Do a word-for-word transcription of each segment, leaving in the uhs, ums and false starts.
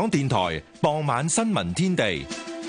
港電台傍晚新聞天地。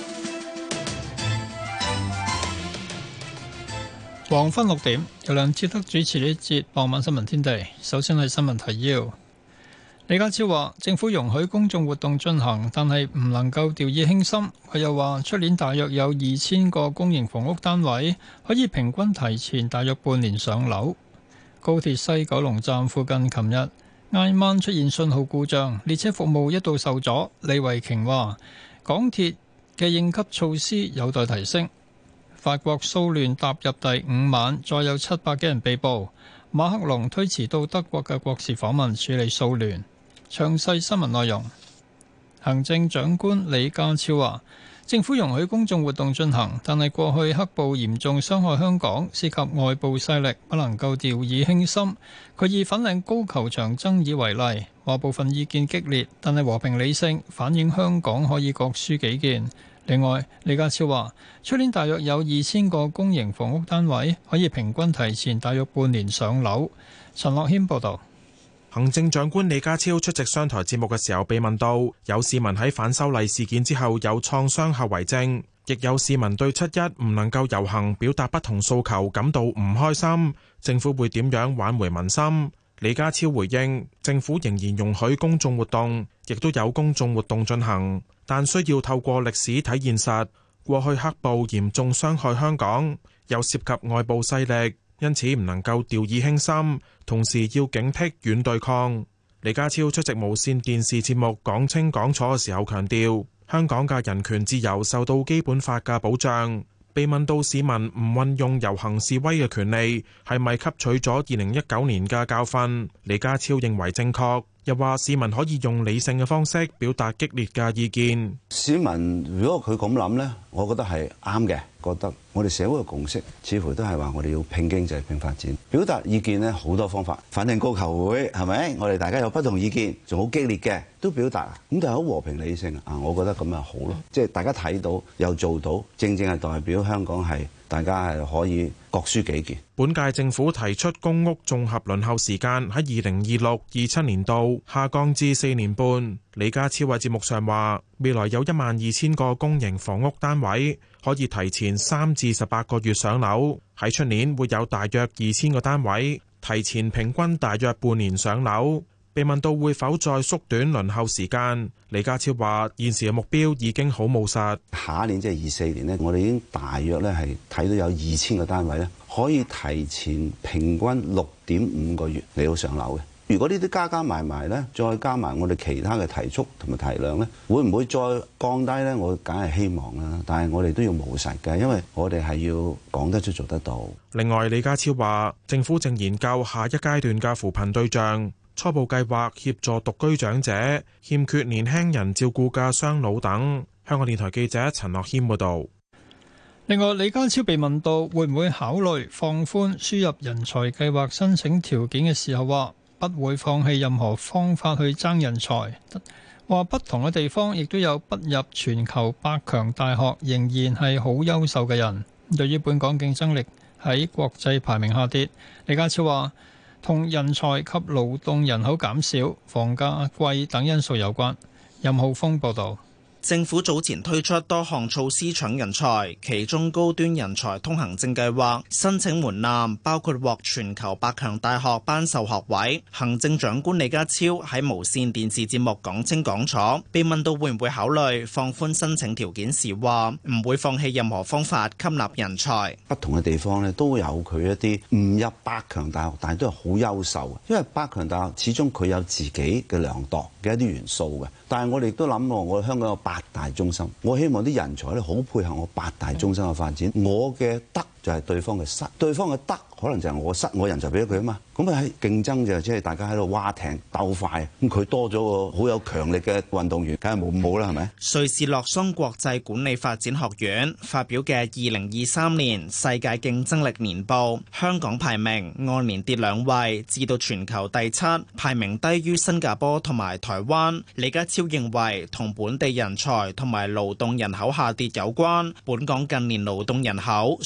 黃昏六點，由梁志德主持呢一節傍晚新聞天地。首先係新聞提要。李家超話，政府容許公眾活動進行，但係唔能夠掉以輕心。佢又話，出年大約有二千個公營房屋單位，可以平均提前大約半年上樓。高鐵西九龍站附近琴日挨晚出現信號故障，列車服務一度受阻。李慧瓊話，港鐵嘅應急措施有待提升。法國騷亂踏入第五晚，再有七百幾人被捕。馬克龍推遲到德國嘅國事訪問處理騷亂。詳細新聞內容。行政長官李家超話，政府容許公眾活動進行，但係過去黑暴嚴重傷害香港，涉及外部勢力，不能夠掉以輕心。佢以粉嶺高球場爭議為例，話部分意見激烈，但係和平理性，反映香港可以各抒己見。另外，李家超話，出年大約有二千個公營房屋單位可以平均提前大約半年上樓。陳樂謙報導。 行政長官李家超出席商台節目嘅時候被問到，有市民喺反修例事件之後有創傷後遺症，亦有市民對七一唔能夠遊行表達不同訴求感到唔開心，政府會點樣挽回民心？李家超回應，政府仍然容許公眾活動，亦都有公眾活動進行，但需要透過歷史睇現實，過去黑暴嚴重傷害香港，又涉及外部勢力，因此唔能夠掉以輕心，同時要警惕軟對抗。李家超出席無線電視節目講清講楚嘅時候強調，香港嘅人權自由受到基本法嘅保障。被問到市民唔運用遊行示威嘅權利係咪吸取咗二零一九年嘅教訓，李家超認為正確，又話市民可以用理性嘅方式表達激烈嘅意見。 市民如果佢咁諗呢，我覺得係啱嘅。覺得我哋社會嘅共識似乎都係話我哋要拼經濟、拼發展。表達意見呢，好多方法，反正高球會係咪？我哋大家有不同意見，仲好激烈嘅都表達啊。咁但係好和平理性啊，我覺得咁咪好咯。即係大家睇到又做到，正正係代表香港係大家係可以各抒己見。 本屆政府提出公屋綜合輪候時間喺二零二六、二七年度下降至四年半。李家超喺節目上話，未來有一萬二千個公營房屋單位可以提前三至十八個月上樓，喺出年會有大約二千個單位提前平均大約半年上樓。被問到會否再縮短輪候時間，李家超話現時嘅目標已經好務實。 下一年即係二四年呢，我哋已經大約咧係睇到有二千個單位咧可以提前平均六點五個月嚟到上樓嘅。如果呢啲加加埋埋咧，再加埋我哋其他嘅提速同埋提量咧，會唔會再降低咧？我梗係希望啦，但係我哋都要務實嘅，因為我哋係要講得出做得到。 另外，李家超話政府正研究下一階段嘅扶貧對象，初步計劃協助獨居長者、欠缺年輕人照顧嘅雙老等。香港電台記者陳樂謙報道。 另外，李家超被問到會唔會考慮放寬輸入人才計劃申請條件嘅時候，話不會放棄任何方法去爭人才，話不同嘅地方亦都有不入全球百強大學仍然係好優秀嘅人。對於本港競爭力喺國際排名下跌，李家超話同人才及勞動人口減少、房價貴等因素有關。任浩峰報導。 政府早前推出多項措施搶人才，其中高端人才通行證計劃申請門檻包括獲全球百強大學頒授學位。行政長官李家超喺無線電視節目講清講楚，被問到會唔會考慮放寬申請條件時，話唔會放棄任何方法吸納人才。 不同嘅地方咧都有佢一啲唔入百強大學，但係都係好優秀嘅，因為百強大學始終佢有自己嘅量度嘅一啲元素嘅。但係我哋亦都諗過，我哋香港有八大中心，我希望啲人才咧好配合我八大中心嘅發展。我嘅得就係對方嘅失，對方嘅得可能就係我失，我人就俾咗佢啊嘛。咁啊喺競爭就即係大家喺度劃艇鬥快，咁佢多咗個好有強力嘅運動員，梗係冇咁好啦，係咪？ 瑞士洛桑國際管理發展學院發表嘅二零二三年世界競爭力年報，香港排名按年跌兩位，至到全球第七，排名低於新加坡同埋台灣。李家超認為同本地人才同埋勞動人口下跌有關。本港近年勞動人口損失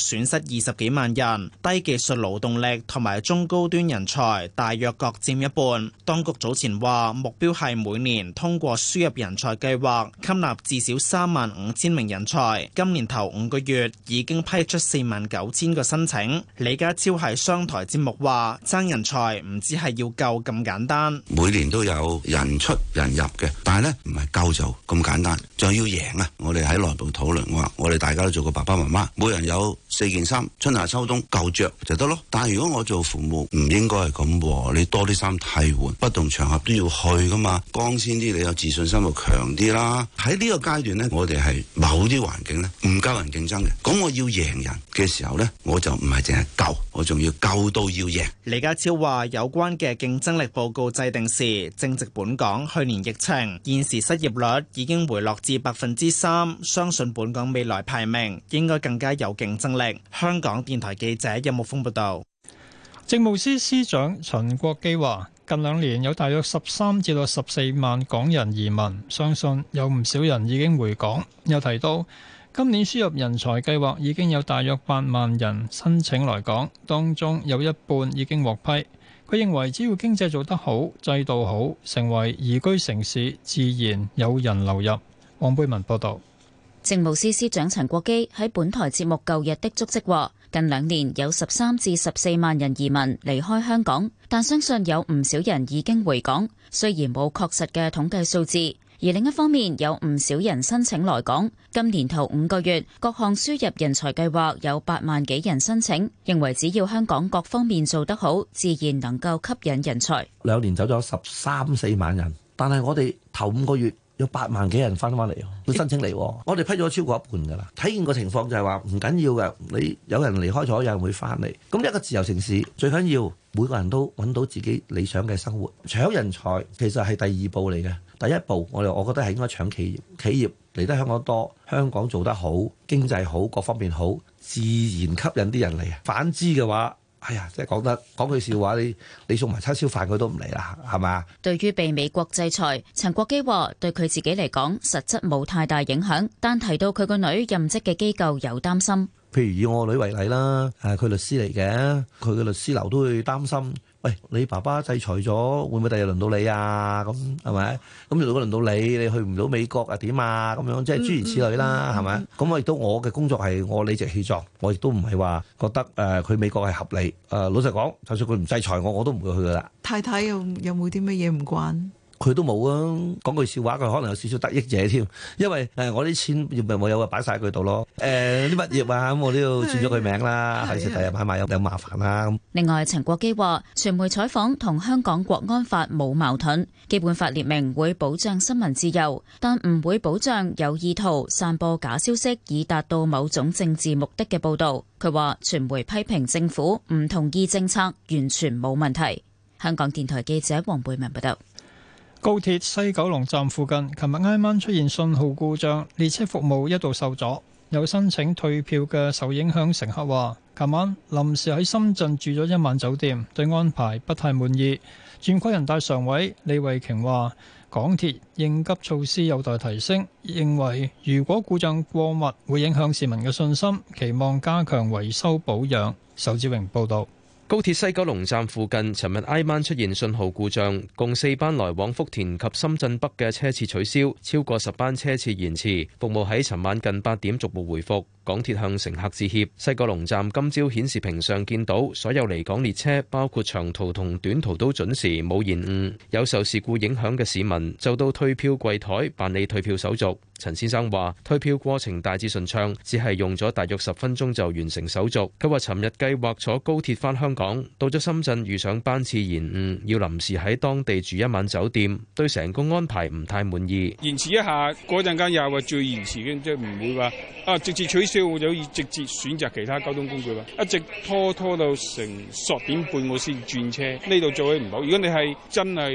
二十幾萬人，低技術勞動力同埋中高端人才大約各佔一半。當局早前話目標係每年通過輸入人才計劃吸納至少三萬五千名人才。今年頭五個月已經批出四萬九千個申請。李家超喺商台節目話：爭人才唔只係要夠咁簡單， 每年都有人出人入嘅，但係咧唔係夠就咁簡單，仲要贏啊！我哋喺內部討論話，我哋大家都做過爸爸媽媽，每人有四件衫，春夏秋冬夠着就得咯。但係如果我做父母，唔應該係咁，你多啲衫替換，不同場合都要去噶嘛。光鮮啲，你有自信心就強啲啦。喺呢個階段呢，我哋係某啲環境呢唔夠人競爭嘅，咁我要贏人嘅時候呢，我就唔係淨係夠，我仲要夠到要贏。 李家超話：有關嘅競爭力報告制定時，正值本港去年疫情，現時失業率已經回落至百分之三，相信本港未來排名應該更加有競爭力。香港電台記者任木峰報道。 政務司司長陳國基話：近兩年有大約十三至到十四萬港人移民，相信有唔少人已經回港。又提到今年輸入人才計劃已經有大約八萬人申請來港，當中有一半已經獲批。佢認為只要經濟做得好，制度好，成為宜居城市，自然有人流入。黃貝文報道。 政務司司長陳國基喺本台節目《舊日的足跡》話：近兩年有十三至十四萬人移民離開香港，但相信有唔少人已經回港。雖然冇確實嘅統計數字，而另一方面有唔少人申請來港。今年頭五個月，各項輸入人才計劃有八萬幾人申請，認為只要香港各方面做得好，自然能夠吸引人才。 兩年走咗十三四萬人，但係我哋頭五個月有八萬幾人翻翻嚟，會申請嚟，我哋批咗超過一半噶啦。睇見個情況就係話唔緊要嘅，你有人離開咗，有人會翻嚟。咁一個自由城市最緊要每個人都揾到自己理想嘅生活。搶人才其實係第二步嚟嘅，第一步我哋我覺得係應該搶企業。企業嚟得香港多，香港做得好，經濟好，各方面好，自然吸引啲人嚟。反之嘅話，哎呀，即係講得講句笑話，你你送埋叉燒飯佢都唔嚟啦，係嘛？ 對於被美國制裁，陳國基話對佢自己嚟講實質冇太大影響，但提到佢個女任職嘅機構有擔心。 譬如以我女為例啦，誒佢律師嚟嘅，佢嘅律師樓都會擔心。喂，你爸爸制裁咗，會唔會第日輪到你啊？咁係咪？咁如果輪到你，你去唔到美國啊？點啊？咁樣即係諸如此類啦，係咪？咁我亦都我嘅工作係我理直氣壯，我亦都唔係話覺得誒佢、呃、美國係合理。誒、呃、老實講，就算佢唔制裁我，我都唔會去噶啦。 太太有有冇啲乜嘢唔慣？ 佢都冇啊！講句笑話，佢可能有少少得益者添，因為誒我啲錢業咪冇有啊，擺晒佢度咯。誒啲物業啊，咁我都要轉咗佢名啦，費事第日買賣有有麻煩啦。 另外，陳國基話，傳媒採訪同香港國安法冇矛盾，基本法列明會保障新聞自由，但唔會保障有意圖散播假消息以達到某種政治目的嘅報導。佢話，傳媒批評政府唔同意政策，完全冇問題。香港電台記者黃貝文報道。 高鐵西九龍站附近，琴日挨晚出現信號故障，列車服務一度受阻。有申請退票嘅受影響乘客話，琴晚臨時喺深圳住咗一晚酒店，對安排不太滿意。全國人大常委李慧瓊話，港鐵應急措施有待提升，認為如果故障過密會影響市民嘅信心，期望加強維修保養。仇志榮報導。 高鐵西九龍站附近，尋日挨晚出現信號故障，共四班來往福田及深圳北嘅車次取消，超過十班車次延遲，服務喺尋晚近八點逐步回復。港鐵向乘客致歉。西九龍站今朝顯示屏上見到所有離港列車，包括長途同短途都準時，冇延誤。有受事故影響嘅市民就到退票櫃台辦理退票手續。陳先生話退票過程大致順暢，只係用咗大約十分鐘就完成手續。佢話尋日計劃坐高鐵返香港，到咗深圳遇上班次延誤，要臨時喺當地住一晚酒店，對成個安排唔太滿意。 延遲一下，嗰陣間又話最延遲嘅，即係唔會話啊直接取消，我就可以直接選擇其他交通工具啦。一直拖拖到成十點半我先轉車，呢度做起唔到。如果你係真係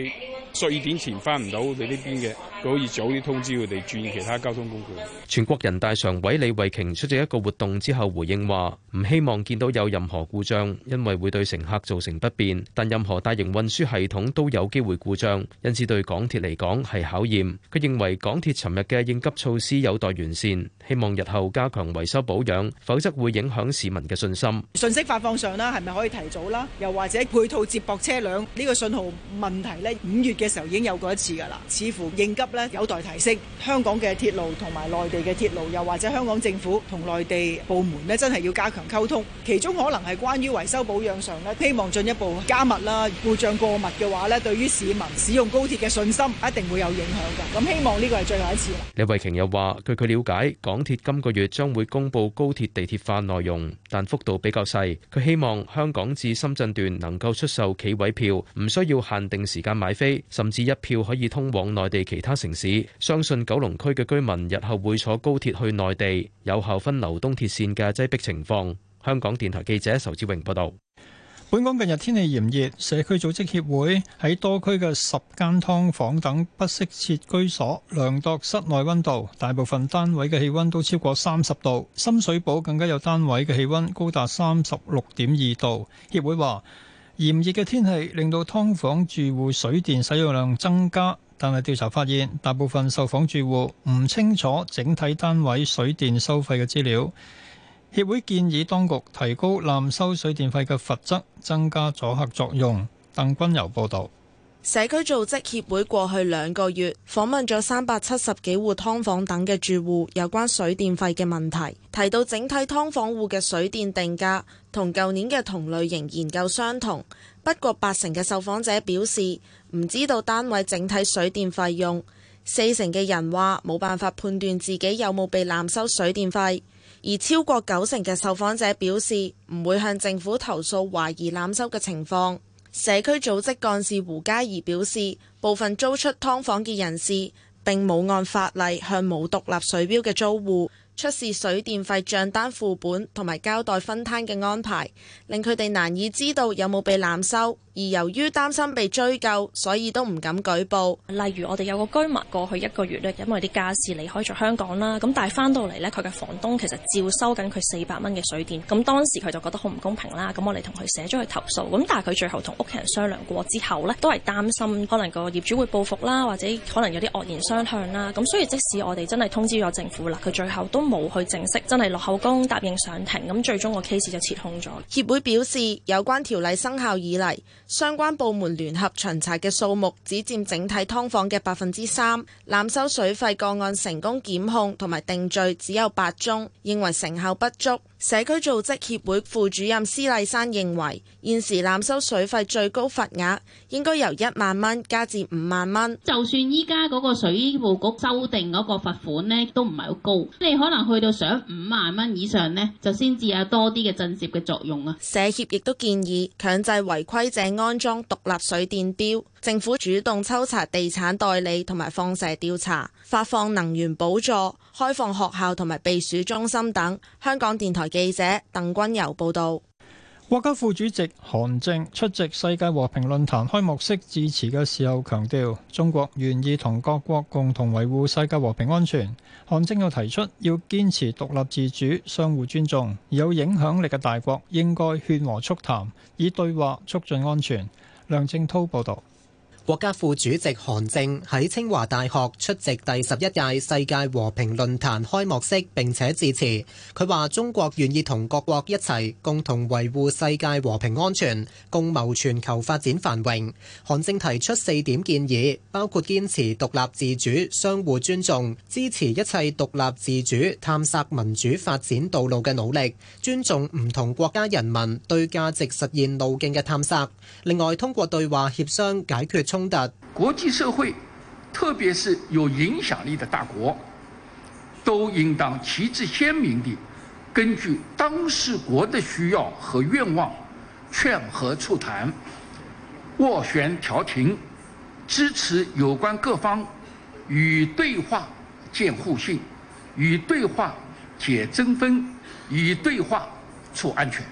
十二點前翻唔到你呢邊嘅，佢可以早啲通知佢哋轉其他交通工具。 全國人大常委李慧瓊出席一個活動之後回應話，唔希望見到有任何故障，因為會對乘客造成不便。但任何大型運輸系統都有機會故障，因此對港鐵嚟講係考驗。佢認為港鐵尋日嘅應急措施有待完善，希望日後加強維修保養，否則會影響市民嘅信心。 信息發放上啦，係咪可以提早啦？又或者配套接駁車輛呢個信號問題呢？五月嘅時候已經有過一次㗎啦，似乎應急呢有待提升。香港嘅鐵路同埋內地嘅鐵路，又或者香港政府同內地部門呢，真係要加強溝通。其中可能係關於維修保養上呢，希望進一步加密啦。故障過密嘅話呢，對於市民使用高鐵嘅信心一定會有影響㗎。咁希望呢個係最後一次啦。 李慧瓊又話：據佢了解，港鐵今個月將會公布高鐵地鐵化內容，但幅度比較細。佢希望香港至深圳段能夠出售企位票，唔需要限定時間買飛，甚至一票可以通往內地其他城市。相信九龍區嘅居民日後會坐高鐵去內地，有效分流東鐵線嘅擠迫情況。香港電台記者仇志榮報道。 本港近日天氣炎熱，社區組織協會喺多區嘅十間劏房等不適切居所量度室內溫度，大部分單位嘅氣溫都超過三十度。深水埗更加有單位嘅氣溫高達三十六點二度。協會話，炎熱嘅天氣令到劏房住戶水電使用量增加，但係調查發現，大部分受訪住戶唔清楚整體單位水電收費嘅資料。協會建議當局提高濫收水電費嘅罰則，增加阻嚇作用。鄧君柔報導。 社區組織協會過去兩個月訪問咗三百七十幾戶劏房等嘅住戶，有關水電費嘅問題，提到整體劏房戶嘅水電定價同舊年嘅同類型研究相同，不過八成嘅受訪者表示唔知道單位整體水電費用，四成嘅人話冇辦法判斷自己有冇被濫收水電費。而超過九成嘅受訪者表示唔會向政府投訴懷疑濫收嘅情況。社區組織幹事胡嘉怡表示，部分租出劏房嘅人士並冇按法例向冇獨立水表嘅租戶出示水電費帳單副本同埋交代分攤嘅安排，令佢哋難以知道有冇被濫收。而由於擔心被追究，所以都唔敢舉報。 例如我哋有個居民過去一個月咧，因為啲家事離開咗香港啦，咁但係翻到嚟咧，佢嘅房東其實照收緊佢四百蚊嘅水電。咁當時佢就覺得好唔公平啦，咁我哋同佢寫咗去投訴。咁但係佢最後同屋企人商量過之後咧，都係擔心可能個業主會報復啦，或者可能有啲惡言相向啦。咁所以即使我哋真係通知咗政府啦，佢最後都冇去正式真係落口供答應上庭。咁最終個 case 就撤控咗。 協會表示，有關條例生效以嚟，相關部門聯合巡查嘅數目只佔整體劏房嘅百分之三，濫收水費個案成功檢控同埋定罪只有八宗，認為成效不足。社區組織協會副主任施麗珊認為，現時濫收水費最高罰額應該由一萬蚊加至五萬蚊。 就算依家嗰個水務局修訂嗰個罰款呢，都唔係好高，你可能去到上五萬蚊以上呢，就先至有多啲嘅震懾嘅作用啊。 社協亦都建議強制違規者安裝獨立水電錶，政府主動抽查地產代理同埋放射調查，發放能源補助，開放學校同埋避暑中心等。香港電台記者鄧君柔報道。 國家副主席韓正出席世界和平論壇開幕式致辭嘅時候強調，中國願意同各國共同維護世界和平安全。韓正又提出要堅持獨立自主、相互尊重，有影響力嘅大國應該勸和促談，以對話促進安全。梁正滔報導。 國家副主席韓正喺清華大學出席第十一屆世界和平論壇開幕式並且致辭。佢話中國願意同各國一齊共同維護世界和平安全，共謀全球發展繁榮。韓正提出四點建議，包括堅持獨立自主、相互尊重，支持一切獨立自主探索民主發展道路嘅努力，尊重唔同國家人民對價值實現路徑嘅探索。另外，通過對話協商解決衝突。 國際社會，特別是有影響力的大國，都應當旗幟鮮明地根據當事國的需要和願望，勸和促談，斡旋調停，支持有關各方與對話建互信，與對話解爭紛，與對話促安全。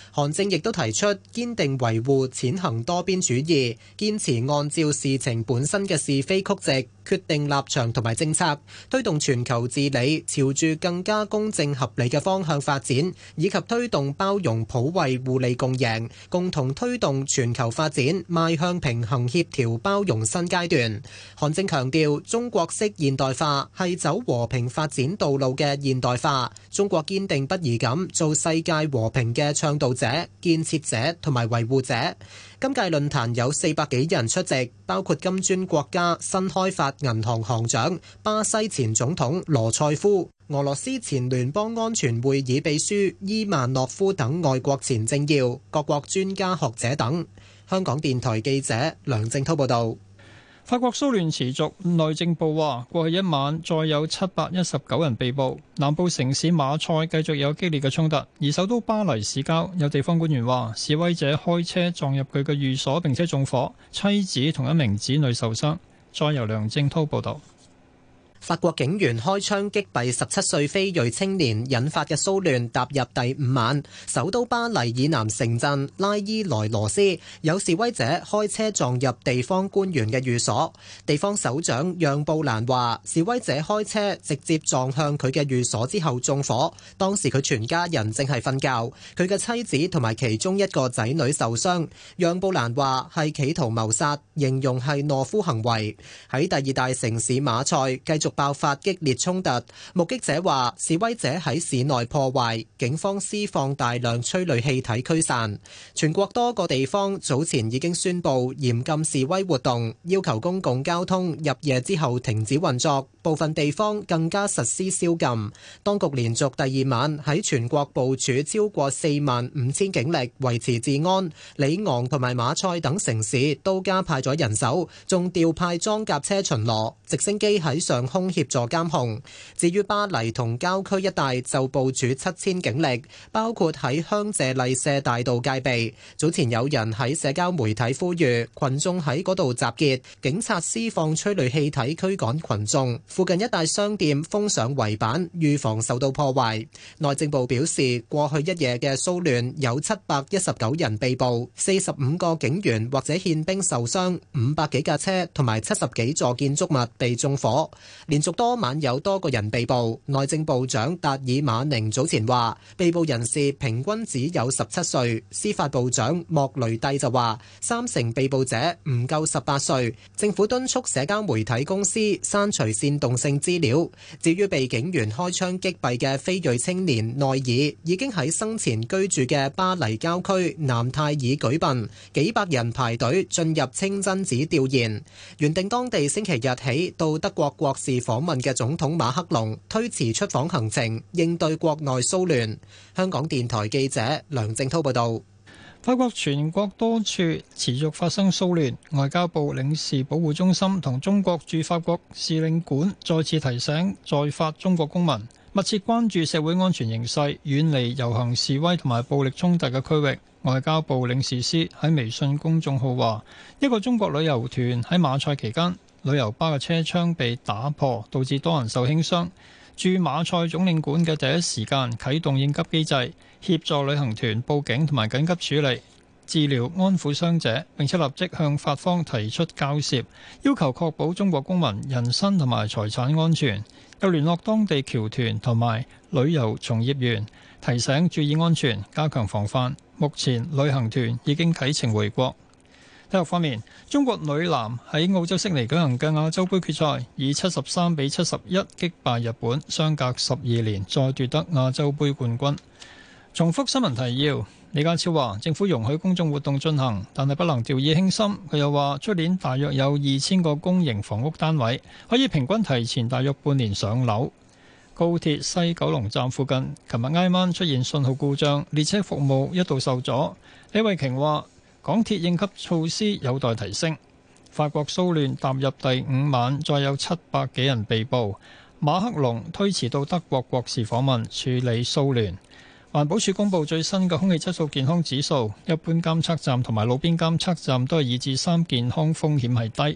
韓正亦都提出堅定維護踐行多邊主義，堅持按照事情本身嘅是非曲直決定立場同埋政策，推動全球治理朝住更加公正合理嘅方向發展，以及推動包容普惠互利共贏，共同推動全球發展邁向平衡協調包容新階段。韓正強調，中國式現代化係走和平發展道路嘅現代化，中國堅定不移咁做世界和平嘅倡導者、建設者同埋維護者。今屆論壇有四百幾人出席，包括金磚國家新開發銀行行長巴西前總統羅塞夫、俄羅斯前聯邦安全會議秘書伊萬諾夫等外國前政要、各國專家學者等。香港電台記者梁正滔報導。 法國騷亂持續，內政部話過去一晚再有七百一十九人被捕。南部城市馬賽繼續有激烈嘅衝突，而首都巴黎市郊有地方官員話示威者開車撞入佢嘅寓所並且縱火，妻子同一名子女受傷。再由梁正滔報導。 法國警員開槍擊斃十七歲非裔青年，引發嘅騷亂踏入第五晚。首都巴黎以南城鎮拉伊萊羅斯有示威者開車撞入地方官員嘅寓所。地方首長讓布蘭話，示威者開車直接撞向佢嘅寓所之後縱火。當時佢全家人正係瞓覺，佢嘅妻子同埋其中一個仔女受傷。讓布蘭話係企圖謀殺，形容係懦夫行為。喺第二大城市馬賽繼續爆發激烈衝突，目擊者話示威者喺市內破壞，警方施放大量催淚氣體驅散。全國多個地方早前已經宣布嚴禁示威活動，要求公共交通入夜之後停止運作，部分地方更加實施宵禁。當局連續第二晚喺全國部署超過四萬五千警力維持治安，里昂同埋馬賽等城市都加派咗人手，仲調派裝甲車巡邏，直升機喺上空協助監控。至於巴黎同郊區一帶就部署七千警力，包括喺香榭麗舍大道戒備。早前有人喺社交媒體呼籲群眾喺嗰度集結，警察施放催淚氣體驅趕群眾。附近一帶商店封上圍板，預防受到破壞。內政部表示，過去一夜嘅騷亂有七百一十九人被捕，四十五個警員或者憲兵受傷，五百幾架車同埋七十幾座建築物被縱火。連續多晚有多個人被捕。內政部長達爾馬寧早前話，被捕人士平均只有十七歲。司法部長莫雷蒂就話，三成被捕者唔夠十八歲。政府敦促社交媒體公司刪除煽動性資料。至於被警員開槍擊斃嘅非裔青年內爾，已經喺生前居住嘅巴黎郊區南泰爾舉殯，幾百人排隊進入清真寺弔唁。原定當地星期日起到德國國事訪問嘅總統馬克龍推遲出訪行程，應對國內騷亂。香港電台記者梁正滔報導。 法國全國多處持續發生騷亂，外交部領事保護中心同中國駐法國使領館再次提醒在法中國公民密切關注社會安全形勢，遠離遊行示威同埋暴力衝突嘅區域。外交部領事司喺微信公眾號話，一個中國旅遊團喺馬賽期間，旅遊巴嘅車窗被打破，導致多人受輕傷。駐馬賽總領館嘅第一時間啟動應急機制，協助旅行團報警同埋緊急處理、治療、安撫傷者，並且立即向法方提出交涉，要求確保中國公民人身同埋財產安全。又聯絡當地僑團同埋旅遊從業員，提醒注意安全，加強防範。目前旅行團已經啟程回國。體育方面，中國女籃喺澳洲悉尼舉行嘅亞洲杯決賽，以七十三比七十一擊敗日本，相隔十二年再奪得亞洲杯冠軍。重複新聞提要，李家超話政府容許公眾活動進行，但係不能掉以輕心。佢又話出年大約有二千個公營房屋單位，可以平均提前大約半年上樓。高鐵西九龍站附近琴日挨晚出現信號故障，列車服務一度受阻。李慧瓊話港鐵應急措施有待提升。法國騷亂踏入第五晚，再有七百幾人被捕。馬克龍推遲到德國國事訪問處理騷亂。環保署公布最新嘅空氣質素健康指數，一般監測站同埋路邊監測站都係二至三，健康風險係低。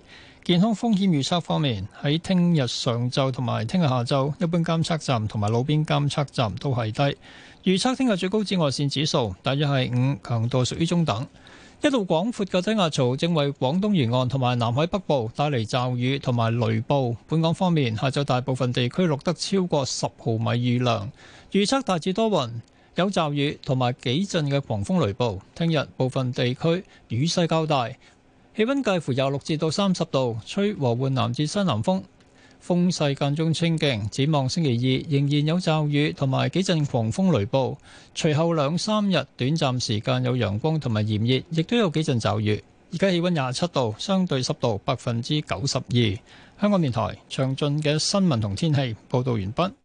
健康風險預測方面，喺聽日上晝同埋聽日下晝，一般監測站同埋路邊監測站都係低。預測聽日最高紫外線指數大約係五，強度屬於中等。一道廣闊嘅低壓槽正為廣東沿岸同埋南海北部帶嚟驟雨同埋雷暴。本港方面，下晝大部分地區錄得超過十毫米雨量。預測大致多雲，有驟雨同埋幾陣嘅狂風雷暴。聽日部分地區雨勢較大。氣溫介乎廿六至到三十度，吹和緩南至西南風，風勢間中清勁。展望星期二仍然有驟雨同埋幾陣狂風雷暴，隨後兩三日短暫時間有陽光同埋炎熱，亦都有幾陣驟雨。而家氣溫廿七度，相對濕度百分之九十二。香港電台詳盡嘅新聞同天氣報道完畢。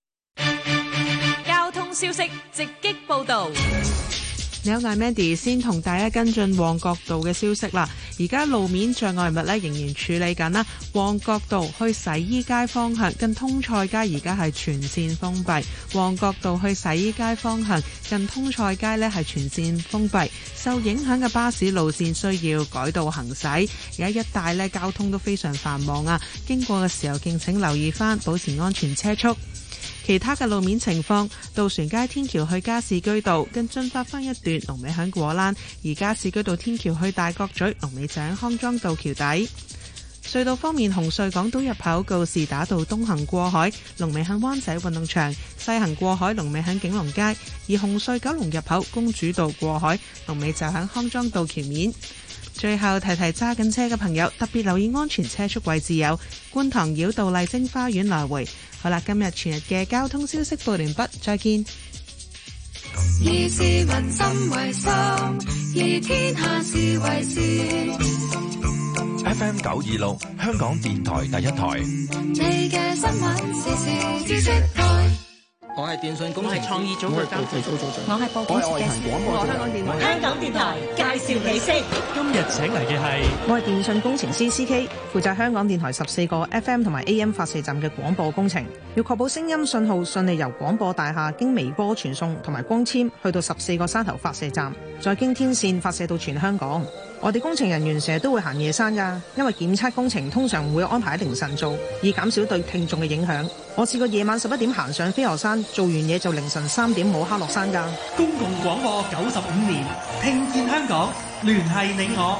交通消息直擊報道。 你好，我係 Mandy， 先同大家跟進旺角道嘅消息啦。而家路面障礙物咧仍然處理緊啦。旺角道去洗衣街方向近通菜街而家係全線封閉。旺角道去洗衣街方向近通菜街咧係全線封閉。受影響嘅巴士路線需要改道行駛。而家一帶咧交通都非常繁忙啊，經過嘅時候敬請留意返，保持安全車速。其他嘅路面情況，渡船街天橋去加士居道跟進發翻一段龍尾響果欄，而加士居道天橋去大角咀龍尾就喺康莊道橋底。隧道方面，紅隧港島入口告士打道東行過海龍尾響灣仔運動場，西行過海龍尾響景隆街，而紅隧九龍入口公主道過海龍尾就響康莊道橋面。最後提提揸緊車嘅朋友，特別留意安全車速位置有觀塘繞道麗晶花園來回。好啦，今日全日嘅交通消息報完畢，再見。 以市民心為心，以天下事為事。 F M 九二六，香港電台第一台。 你嘅新聞時事知識台。 我係電訊工程創意組嘅監製組組長， 我係報警嘅廣播香港電台香港電台介紹你識。 今日請嚟嘅係我係電訊工程師 C K， 負責香港電台十四個 F M 同埋 A M 發射站嘅廣播工程，要確保聲音信號順利由廣播大廈經微波傳送同埋光纖去到十四個山頭發射站，再經天線發射到全香港。我哋工程人員成日都會行夜山㗎，因為檢測工程通常唔會安排喺凌晨做，以減少對聽眾嘅影響。我試過夜晚十一點行上飛鵝山，做完嘢就凌晨三點冇敲落山㗎。 公共廣播九十五年，聽見香港，聯繫你我。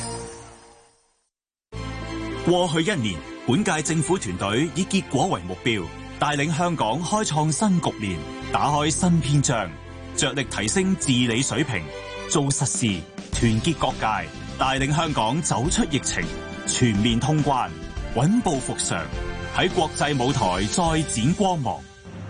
過去一年，本屆政府團隊以結果為目標，帶領香港開創新局面，打開新篇章，着力提升治理水平，做實事，團結各界，帶領香港走出疫情，全面通關，穩步復常，喺國際舞台再展光芒。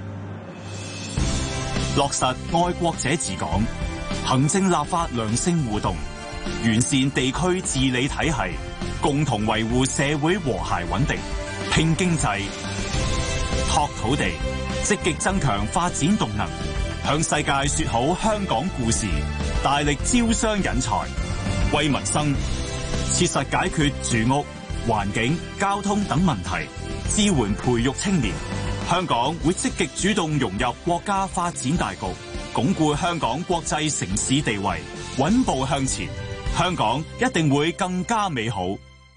落實愛國者治港，行政立法良性互動，完善地區治理體系，共同維護社會和諧穩定，拼經濟，拓土地，積極增強發展動能，向世界說好香港故事，大力招商引才，為民生切實解決住屋、環境、交通等問題，支援培育青年。香港會積極主動融入國家發展大局，鞏固香港國際城市地位，穩步向前。香港一定會更加美好。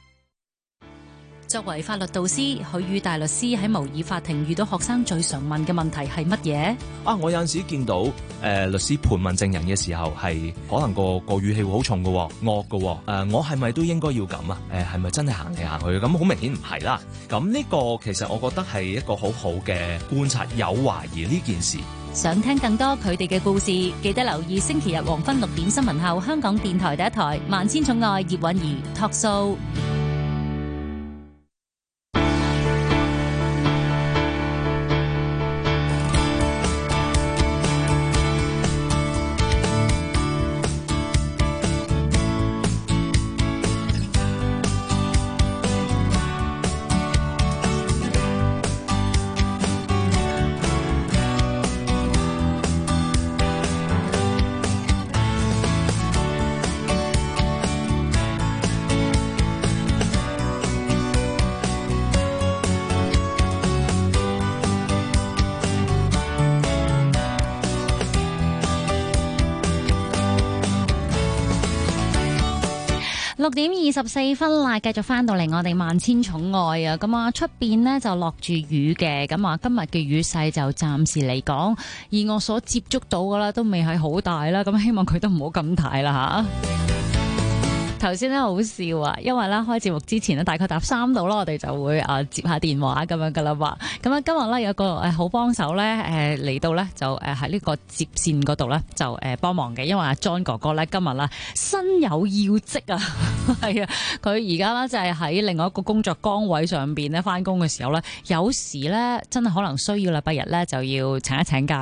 作為法律導師，許宇大律師喺模擬法庭遇到學生最常問嘅問題係乜嘢？ 啊，我有陣時見到誒、呃、律師盤問證人嘅時候，係可能個個語氣會好重嘅，惡嘅。誒、呃，我係咪都應該要咁啊？誒、呃，係咪真係行嚟行去？咁好明顯唔係啦。咁呢個其實我覺得係一個好好嘅觀察，有懷疑呢件事。 想聽更多佢哋嘅故事，記得留意星期日黃昏六點新聞後，香港電台第一台《萬千寵愛葉韻儀》Talk Show。 六點二十四分啦，繼續翻到嚟我哋萬千寵愛啊！咁啊，出邊呢就落住雨嘅，咁啊今日嘅雨勢就暫時嚟講，以我所接觸到噶啦，都未係好大啦。咁希望佢都唔好咁大啦吓。頭先咧好笑啊，因為咧開節目之前咧大概搭三度啦，我哋就會啊接下電話咁樣噶啦嘛。咁啊今日咧有個誒好幫手咧誒嚟到咧就誒喺呢個接線嗰度咧就誒幫忙嘅，因為阿 John 哥哥咧今日啦身有要職啊，係啊，佢而家咧就係喺另外一個工作崗位上邊咧翻工嘅時候咧，有時咧真係可能需要禮拜日咧就要請一請假。